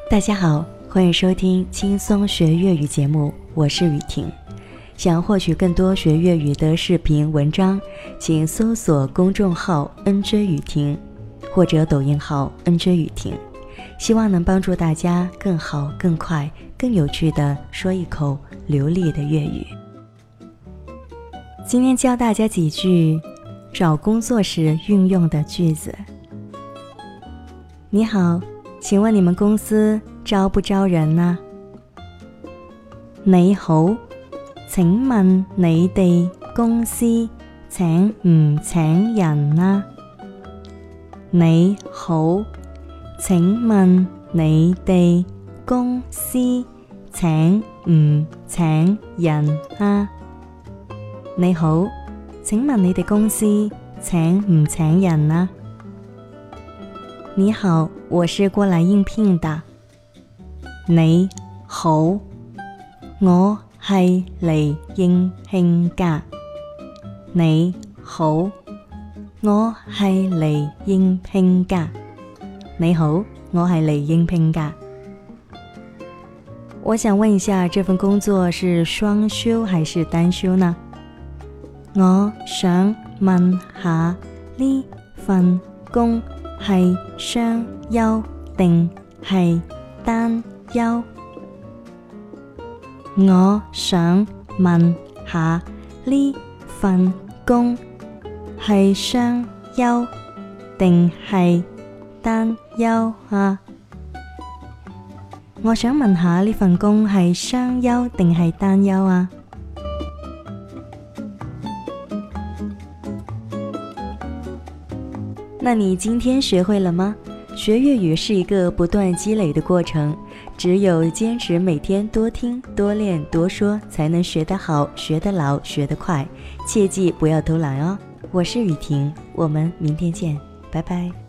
大家好，欢迎收听轻松学粤语节目，我是雨婷。想获取更多学粤语的视频文章，请搜索公众号 NJ 雨婷或者抖音号 NJ 雨婷，希望能帮助大家更好、更快、更有趣地说一口流利的粤语。今天教大家几句找工作时运用的句子。你好，请问你们公司招不招人呢？你好，請問你哋公司請唔請人呢？你好，請問你哋公司請唔請人啊？你好，請問你哋公司請唔請人啊？你好，我是過來應聘的。你好，我係嚟應聘㗎。你好，我係嚟應聘㗎。你好，我係嚟應聘㗎。我想問一下，這份工作是雙休還是單休呢？我想問下呢份工係雙休定係單休？我想問下呢份工係雙休定係單休啊？我想問下呢份工係雙休定係單休啊？那你今天學會了嗎？學粵語是一個不斷積累的過程，只有堅持每天多聽、多練、多說，才能學得好、學得牢、學得快。切記不要偷懶哦！我是雨婷，我們明天見，拜拜。